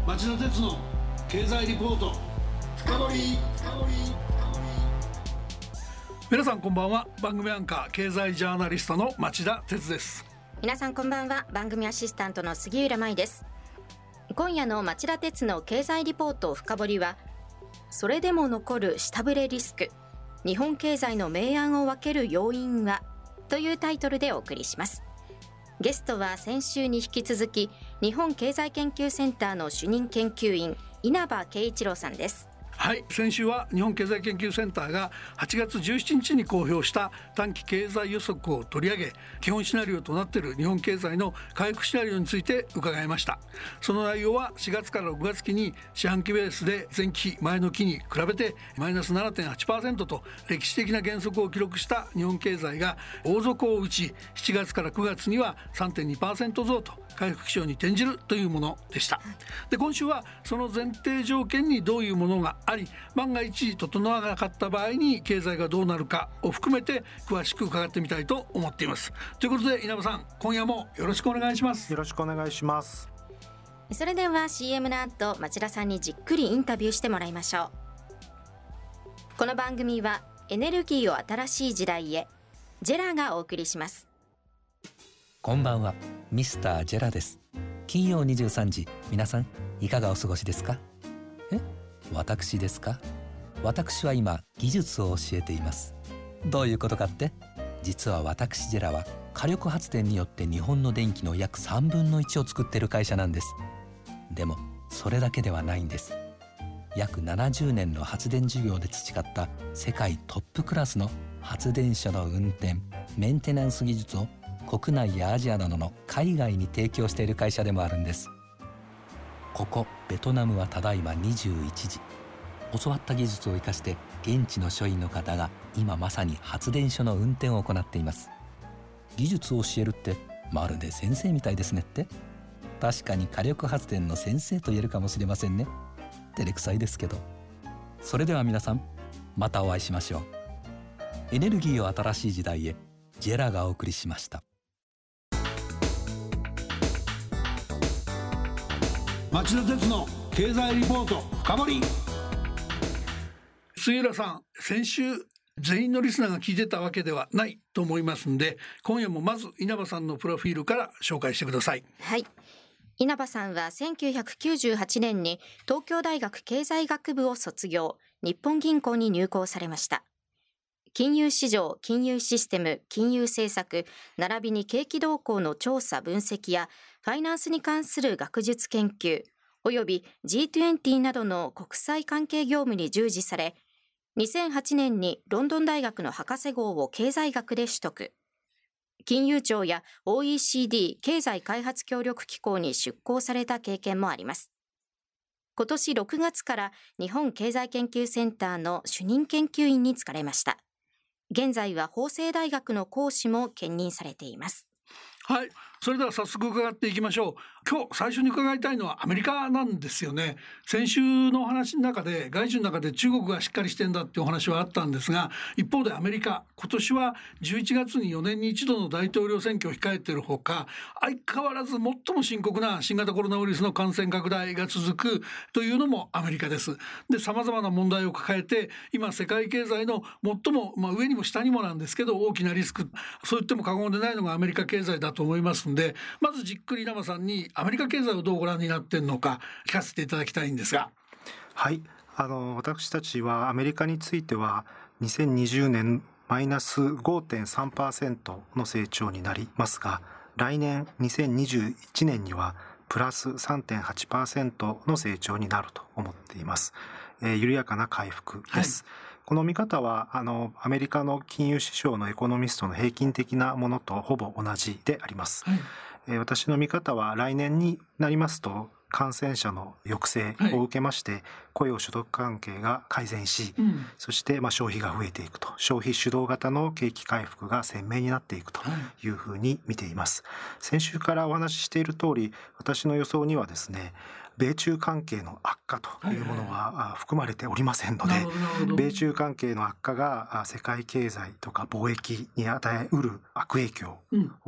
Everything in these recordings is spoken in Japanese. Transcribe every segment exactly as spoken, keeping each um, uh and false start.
町田鉄の経済リポート深掘り。皆さんこんばんは。番組アンカー経済ジャーナリストの町田鉄です。 皆さんこんばんは。番組アシスタントの杉浦舞です。今夜の町田鉄の経済リポート深掘りは、それでも残る下振れリスク、日本経済の明暗を分ける要因は、というタイトルでお送りします。ゲストは先週に引き続き、日本経済研究センターの主任研究員稲葉圭一郎さんです。 はい、先週は日本経済研究センターがはちがつじゅうしちにちに公表した短期経済予測を取り上げ、基本シナリオとなっている日本経済の回復シナリオについて伺いました。その内容はしがつからろくがつ期に四半期ベースで前期比前の期に比べてマイナス ななてんはちパーセント と歴史的な減速を記録した日本経済が大底を打ち、しちがつからくがつには さんてんにパーセント 増と回復基調に転じるというものでした。で、今週はその前提条件にどういうものがあり、万が一整わなかった場合に経済がどうなるかを含めて詳しく伺ってみたいと思っています。ということで稲葉さん、今夜もよろしくお願いします。 よろしくお願いします。 それでは シーエム の後、町田さんにじっくりインタビューしてもらいましょう。この番組はエネルギーを新しい時代へ、ジェラがお送りします。 こんばんは、ミスタージェラです。金曜にじゅうさんじ、皆さんいかがお過ごしですか？え、私ですか？私は今技術を教えています。どういうことかって、実は私ジェラは火力発電によって日本の電気の約さんぶんのいちを作っている会社なんです。でもそれだけではないんです。約ななじゅうねんの発電事業で培った世界トップクラスの発電所の運転メンテナンス技術を国内やアジアなどの海外に提供している会社でもあるんです。ここベトナムはただいまにじゅういちじ。教わった技術を生かして現地の所員の方が今まさに発電所の運転を行っています。技術を教えるってまるで先生みたいですねって。確かに火力発電の先生と言えるかもしれませんね。照れくさいですけど。それでは皆さん、またお会いしましょう。エネルギーを新しい時代へ、ジェラがお送りしました。 町田鉄の経済リポート深掘り。杉浦さん、先週全員のリスナーが聞いてたわけではないと思いますので、今夜もまず稲葉さんのプロフィールから紹介してください。 はい、稲葉さんはせんきゅうひゃくきゅうじゅうはちねんに東京大学経済学部を卒業、日本銀行に入行されました。金融市場、金融システム、金融政策、並びに景気動向の調査分析やファイナンスに関する学術研究および ジーにじゅう などの国際関係業務に従事され、にせんはちねんにロンドン大学の博士号を経済学で取得。金融庁や オーイーシーディー 経済開発協力機構に出向された経験もあります。今年ろくがつから日本経済研究センターの主任研究員に就かれました。現在は法政大学の講師も兼任されています。 はい、それでは早速伺っていきましょう。今日最初に伺いたいのはアメリカなんですよね。先週のお話の中で外需の中で中国がしっかりしてんだっていうお話はあったんですが、一方でアメリカ、今年はじゅういちがつによねんに一度の大統領選挙を控えているほか、相変わらず最も深刻な新型コロナウイルスの感染拡大が続くというのもアメリカです。で、様々な問題を抱えて今世界経済の最も、まあ、上にも下にもなんですけど大きなリスク、そう言っても過言でないのがアメリカ経済だと思いますので、まずじっくり稲葉さんにアメリカ経済をどうご覧になっているのか聞かせていただきたいんですが。 はい、あの私たちはアメリカについてはにせんにじゅうねんマイナス ごてんさんパーセント の成長になりますが、来年にせんにじゅういちねんにはプラス さんてんはちパーセント の成長になると思っています。えー、緩やかな回復です。はい、この見方はあのアメリカの金融市場のエコノミストの平均的なものとほぼ同じであります。はい、えー、私の見方は来年になりますと感染者の抑制を受けまして、はい、雇用所得関係が改善し、うん、そしてまあ消費が増えていくと、消費主導型の景気回復が鮮明になっていくというふうに見ています。はい、先週からお話ししている通り、私の予想にはですね、米中関係の悪化というものは含まれておりませんので、米中関係の悪化が世界経済とか貿易に与えうる悪影響は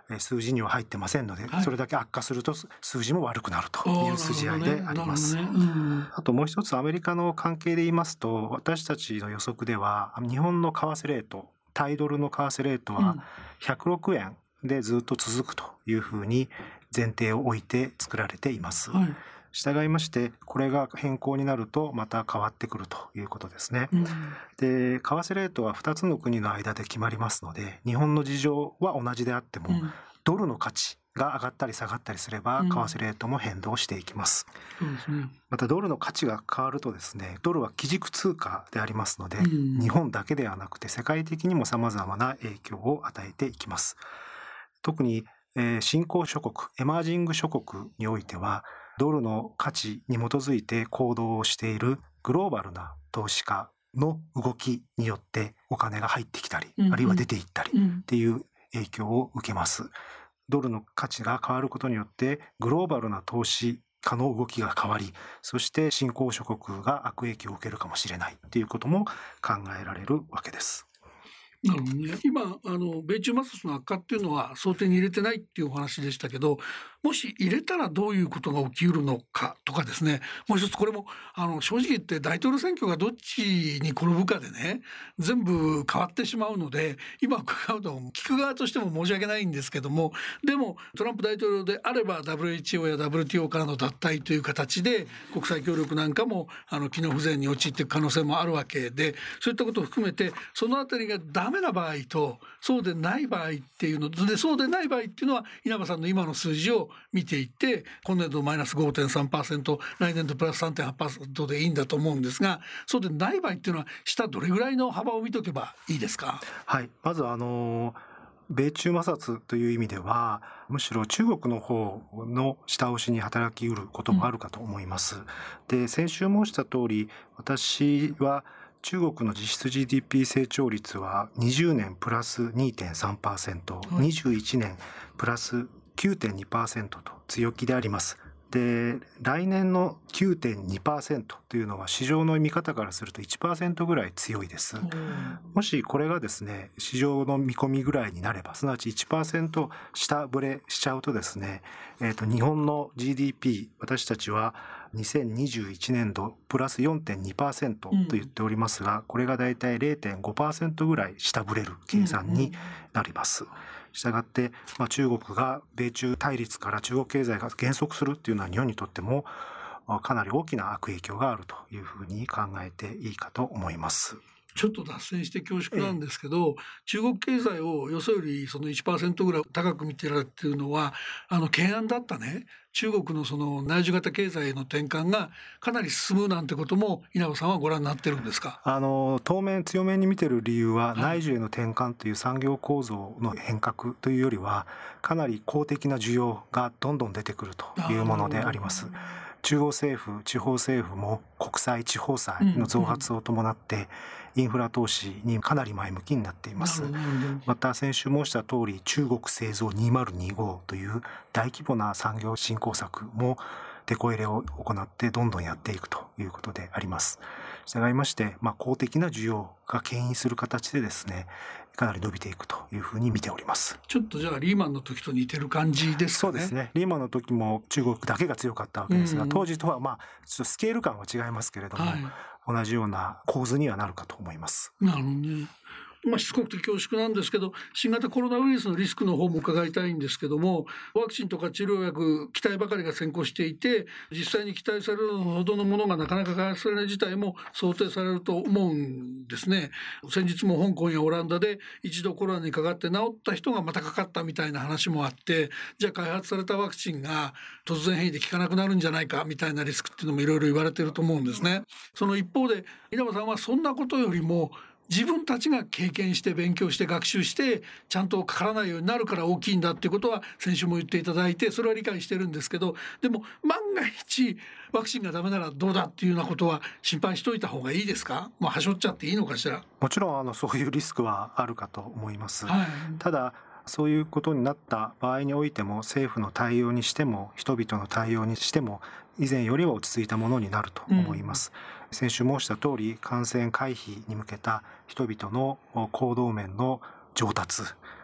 数字には入ってませんので、 はい、 それだけ悪化すると数字も悪くなるという筋合いであります。 ねねうん、あともう一つアメリカの関係で言いますと、私たちの予測では日本の為替レート、対ドルの為替レートはひゃくろくえんでずっと続くというふうに前提を置いて作られています。はい、従いましてこれが変更になるとまた変わってくるということですね。うん、で為替レートはふたつの国の間で決まりますので、日本の事情は同じであっても、うん、ドルの価値が上がったり下がったりすれば、為替レートも変動していきます。うん、そうですね、またドルの価値が変わるとですね、ドルは基軸通貨でありますので、うん、日本だけではなくて世界的にも様々な影響を与えていきます。特に、えー、新興諸国、エマージング諸国においては、ドルの価値に基づいて行動をしているグローバルな投資家の動きによってお金が入ってきたり、うんうん、あるいは出ていったりっていう影響を受けます。ドルの価値が変わることによってグローバルな投資家の動きが変わり、そして新興諸国が悪影響を受けるかもしれないということも考えられるわけです。 なるほどね、今あの米中摩擦の悪化っていうのは想定に入れてないっていうお話でしたけど、もし入れたらどういうことが起きうるのかとかですね、もう一つこれもあの正直言って大統領選挙がどっちに転ぶかでね全部変わってしまうので、今伺うと聞く側としても申し訳ないんですけども、でもトランプ大統領であれば ダブリューエイチオー や ダブリューティーオー からの脱退という形で国際協力なんかもあの機能不全に陥っていく可能性もあるわけで、そういったことを含めてそのあたりがダメな場合とそうでない場合っていうので、そうでない場合っていうのは稲葉さんの今の数字を見ていって今年度マイナス ごてんさんパーセント、 来年度プラス さんてんはちパーセント でいいんだと思うんですが、そうでない場合っていうのは下どれぐらいの幅を見とけばいいですか？ はい、まずあの米中摩擦という意味ではむしろ中国の方の下押しに働きうることもあるかと思います。うん、で先週申した通り、私は中国の実質 ジーディーピー 成長率はにじゅうねんプラス にてんさんパーセント、はい、にじゅういちねんプラス きゅうてんにパーセント と強気であります。で来年の きゅうてんにパーセント というのは市場の見方からすると いちパーセント ぐらい強いです。もしこれがですね市場の見込みぐらいになれば、すなわち いちパーセント 下振れしちゃうとですね、えーと、日本の ジーディーピー 私たちはにせんにじゅういちねんどプラス よんてんにパーセント と言っておりますが、これがだいたい れいてんごパーセント ぐらい下振れる計算になります。したがって、まあ、中国が米中対立から中国経済が減速するっていうのは日本にとってもかなり大きな悪影響があるというふうに考えていいかと思います。 ちょっと脱線して恐縮なんですけど、ええ、中国経済をよそよりその いちパーセント ぐらい高く見てられているのはあの懸案だったね中国のその内需型経済への転換がかなり進むなんてことも稲葉さんはご覧になってるんですか？ あの当面強めに見てる理由は、内需への転換という産業構造の変革というよりはかなり公的な需要がどんどん出てくるというものであります。中央政府、地方政府も国債、地方債の増発を伴ってインフラ投資にかなり前向きになっています。また先週申した通り、中国製造にせんにじゅうごという大規模な産業振興策もテこ入れを行ってどんどんやっていくということであります。従いまして、まあ、公的な需要が牽引する形でですね、かなり伸びていくというふうに見ております。 ちょっとじゃあリーマンの時と似てる感じですかね。 そうですね。リーマンの時も中国だけが強かったわけですが、うん、当時とはまあちょっとスケール感は違いますけれども、はい、同じような構図にはなるかと思います。 なるほどね。まあ、しつこくて恐縮なんですけど、新型コロナウイルスのリスクの方も伺いたいんですけども、ワクチンとか治療薬期待ばかりが先行していて、実際に期待されるほどのものがなかなか開発されない事態も想定されると思うんですね。先日も香港やオランダで一度コロナにかかって治った人がまたかかったみたいな話もあって、じゃあ開発されたワクチンが突然変異で効かなくなるんじゃないかみたいなリスクっていうのもいろいろ言われていると思うんですね。その一方で稲葉さんはそんなことよりも自分たちが経験して勉強して学習してちゃんとかからないようになるから大きいんだっていうことは先週も言っていただいて、それは理解してるんですけど、でも万が一ワクチンがダメならどうだっていうようなことは心配しといた方がいいですか？もうはしょっちゃっていいのかしら？ もちろんあのそういうリスクはあるかと思います、はい、ただそういうことになった場合においても政府の対応にしても人々の対応にしても以前よりは落ち着いたものになると思います、うん、先週申した通り感染回避に向けた人々の行動面の上達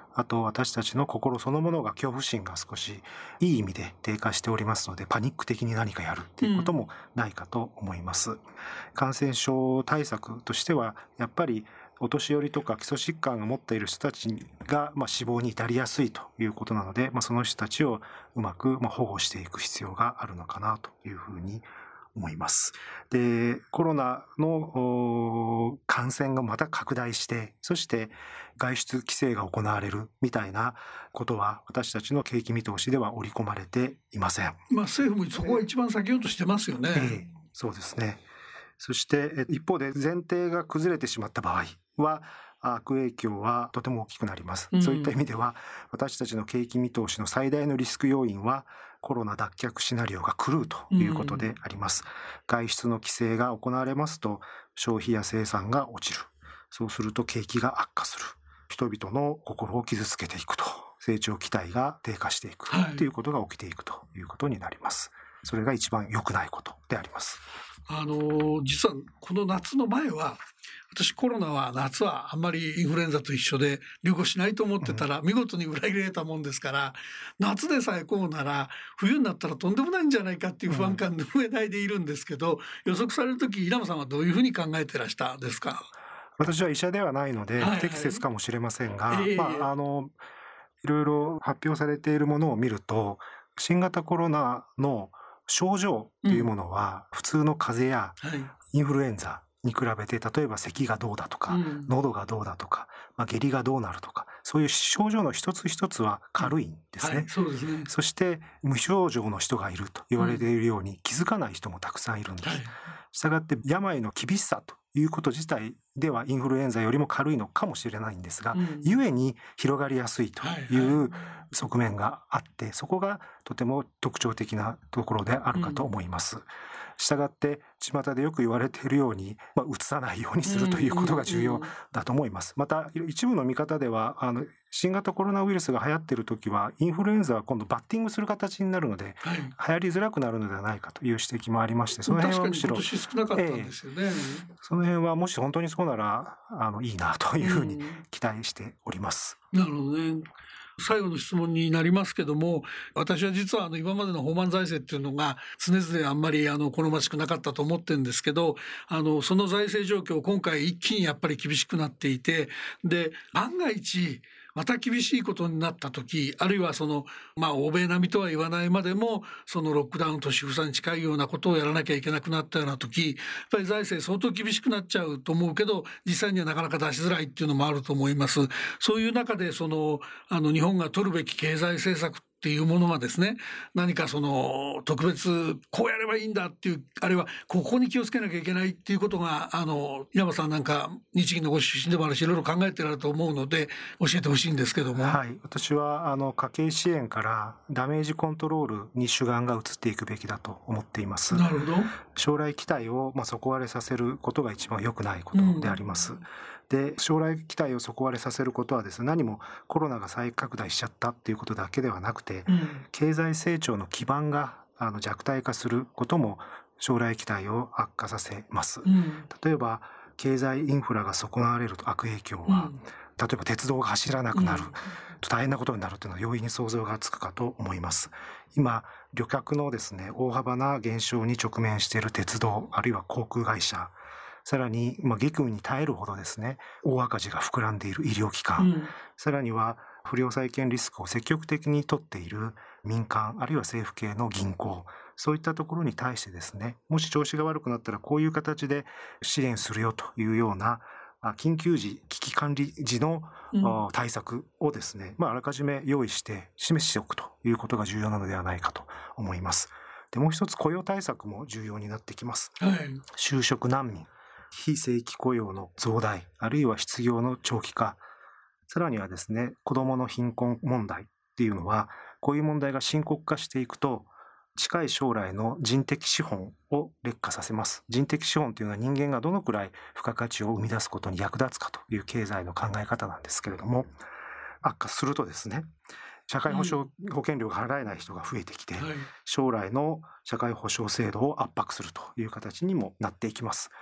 あと私たちの心そのものが恐怖心が少しいい意味で低下しておりますので、パニック的に何かやるっていうこともないかと思います。うん、感染症対策としてはやっぱりお年寄りとか基礎疾患が持っている人たちが、まあ、死亡に至りやすいということなので、まあ、その人たちをうまく、まあ、保護していく必要があるのかなというふうに思います。で、コロナの感染がまた拡大して、そして外出規制が行われるみたいなことは私たちの景気見通しでは織り込まれていません。 まあ、政府もそこは一番避けようとしてますよね。 ええ、そうですね。そして一方で前提が崩れてしまった場合は悪影響はとても大きくなります、うん、そういった意味では私たちの景気見通しの最大のリスク要因はコロナ脱却シナリオが狂うということであります、うん、外出の規制が行われますと消費や生産が落ちる。そうすると景気が悪化する。人々の心を傷つけていくと、成長期待が低下していく、はい、ということが起きていくということになります。それが一番良くないことであります。 あの実はこの夏の前は私コロナは夏はあんまりインフルエンザと一緒で流行しないと思ってたら見事に裏切られたもんですから、夏でさえこうなら冬になったらとんでもないんじゃないかっていう不安感の上ないでいるんですけど、予測されるとき稲葉さんはどういうふうに考えてらしたですか？ 私は医者ではないので不適切かもしれませんが、はいはい、まあ、あのいろいろ発表されているものを見ると新型コロナの症状というものは普通の風邪やインフルエンザに比べて、例えば咳がどうだとか、うん、喉がどうだとか、まあ、下痢がどうなるとか、そういう症状の一つ一つは軽いんですね、はい、 そうですね。 そして無症状の人がいると言われているように、うん、気づかない人もたくさんいるんです、はい、したがって病の厳しさということ自体ではインフルエンザよりも軽いのかもしれないんですが、うん、故に広がりやすいという側面があって、そこがとても特徴的なところであるかと思います、うん、したがって巷でよく言われているように、まあ、うつさないようにするということが重要だと思います。また一部の見方ではあの新型コロナウイルスが流行っている時はインフルエンザは今度バッティングする形になるので、はい、流行りづらくなるのではないかという指摘もありまして、その辺はむしろ確かに今年少なかったんですよね、えー、 その辺はもし本当にそうならあのいいなというふうに期待しております、 うん、なるほどね。最後の質問になりますけども、私は実はあの今までの放漫財政っていうのが常々あんまりあの好ましくなかったと思ってるんですけど、あのその財政状況今回一気にやっぱり厳しくなっていて、で万が一また厳しいことになった時、あるいはそのまあ欧米並みとは言わないまでもそのロックダウンと封鎖に近いようなことをやらなきゃいけなくなったような時、やっぱり財政相当厳しくなっちゃうと思うけど実際にはなかなか出しづらいっていうのもあると思います。そういう中でそのあの日本が取るべき経済政策っていうものがですね、何かその特別こうやればいいんだっていう、あるいはここに気をつけなきゃいけないっていうことがあの稲葉さんなんか日銀のご出身でもあるしいろいろ考えてられると思うので教えてほしいんですけども。 はい、私はあの家計支援からダメージコントロールに主眼が移っていくべきだと思っています。 なるほど。 将来期待をまあ底割れさせることが一番良くないことであります、うん、で将来期待を底割れさせることはですね、何もコロナが再拡大しちゃったっていうことだけではなくて、うん、経済成長の基盤があの弱体化することも将来期待を悪化させます、うん、例えば経済インフラが損なわれると悪影響は、うん、例えば鉄道が走らなくなる、うん、大変なことになるというのは容易に想像がつくかと思います。今旅客のですね大幅な減少に直面している鉄道あるいは航空会社、さらに、まあ、激務に耐えるほどですね大赤字が膨らんでいる医療機関、うん、さらには不良債権リスクを積極的に取っている民間あるいは政府系の銀行、そういったところに対してですね、もし調子が悪くなったらこういう形で支援するよというような緊急時危機管理時の対策をですね、まあ、あらかじめ用意して示しておくということが重要なのではないかと思います。でもう一つ雇用対策も重要になってきます、はい、就職難民、非正規雇用の増大、あるいは失業の長期化、さらにはですね子どもの貧困問題っていうのはこういう問題が深刻化していくと近い将来の人的資本を劣化させます。人的資本というのは人間がどのくらい付加価値を生み出すことに役立つかという経済の考え方なんですけれども、悪化するとですね社会保障保険料が払えない人が増えてきて、うんはい、将来の社会保障制度を圧迫するという形にもなっていきます。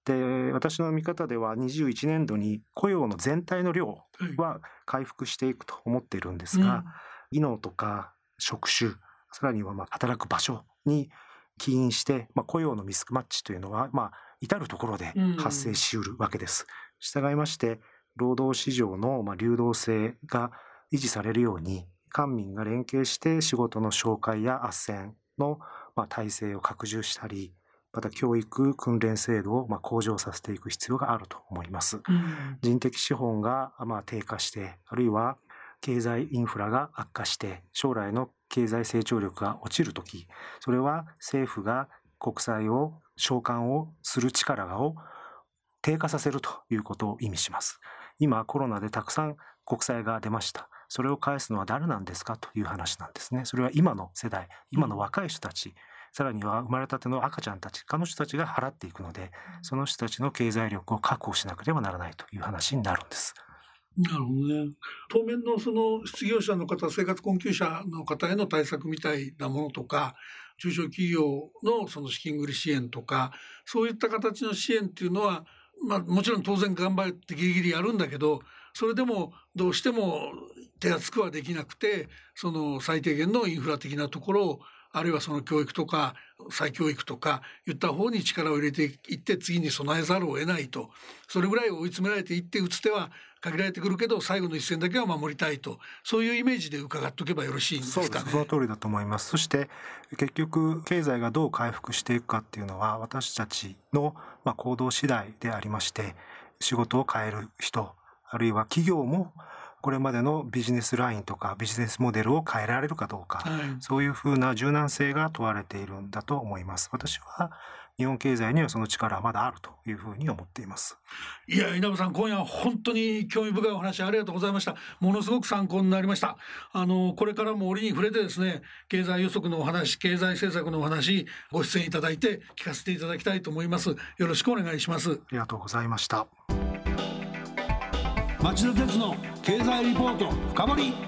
で、私の見方ではにじゅういちねんどに雇用の全体の量は回復していくと思っているんですが、技能とか職種、さらにはまあ働く場所に起因して、まあ、雇用のミスマッチというのは、まあ、至るところで発生しうるわけです。従いまして、労働市場のまあ流動性が維持されるように、官民が連携して仕事の紹介や斡旋のまあ体制を拡充したり、また教育訓練制度をまあ向上させていく必要があると思います。うん、人的資本がまあ低下して、あるいは経済インフラが悪化して、将来の経済成長力が落ちるとき、それは政府が国債を償還をする力を低下させるということを意味します。今コロナでたくさん国債が出ました。それを返すのは誰なんですかという話なんですね。それは今の世代、今の若い人たち、さらには生まれたての赤ちゃんたち、彼女たちが払っていくので、その人たちの経済力を確保しなければならないという話になるんです。 なるほどね。当面のその失業者の方、生活困窮者の方への対策みたいなものとか、中小企業のその資金繰り支援とか、そういった形の支援っていうのは、まあもちろん当然頑張ってギリギリやるんだけど、それでもどうしても手厚くはできなくて、その最低限のインフラ的なところを、あるいはその教育とか再教育とかいった方に力を入れていって次に備えざるを得ないと、それぐらい追い詰められていって打つ手は限られてくるけど最後の一戦だけは守りたいと、そういうイメージで伺っとけばよろしいんですかね。 そうです、その通りだと思います。そして結局経済がどう回復していくかっていうのは私たちのまあ行動次第でありまして、仕事を変える人、あるいは企業もこれまでのビジネスラインとかビジネスモデルを変えられるかどうか、はい、そういうふうな柔軟性が問われているんだと思います。私は日本経済にはその力はまだあるというふうに思っています。 いや、稲葉さん、今夜は本当に興味深いお話ありがとうございました。ものすごく参考になりました。あのこれからも折に触れてですね、経済予測のお話、経済政策のお話ご出演いただいて聞かせていただきたいと思います。よろしくお願いします。 ありがとうございました。 町田鉄の経済リポート深掘り。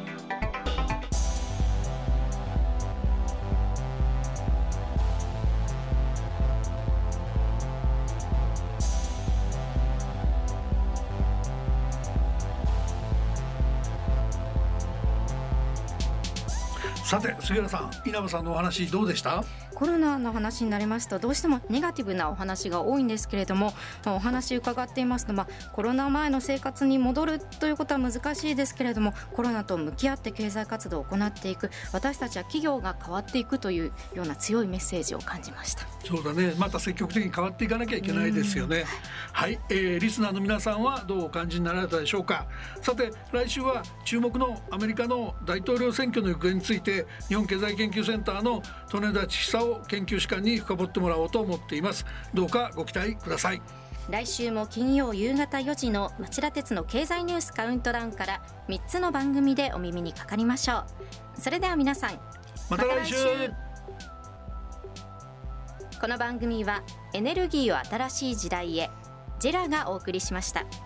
さて杉原さん、稲葉さんのお話どうでした？ コロナの話になりますとどうしてもネガティブなお話が多いんですけれども、お話伺っていますと、まあ、コロナ前の生活に戻るということは難しいですけれども、コロナと向き合って経済活動を行っていく、私たちは企業が変わっていくというような強いメッセージを感じました。 そうだね、また積極的に変わっていかなきゃいけないですよね。はい、えー、リスナーの皆さんはどうお感じになられたでしょうか。さて来週は注目のアメリカの大統領選挙の行方について日本経済研究センターの利根田千久研究士官に深掘ってもらおうと思っています。どうかご期待ください。 来週も金曜夕方よじの町田鉄の経済ニュースカウントダウンからみっつの番組でお耳にかかりましょう。それでは皆さんまた来週。 この番組はエネルギーを新しい時代へジェラがお送りしました。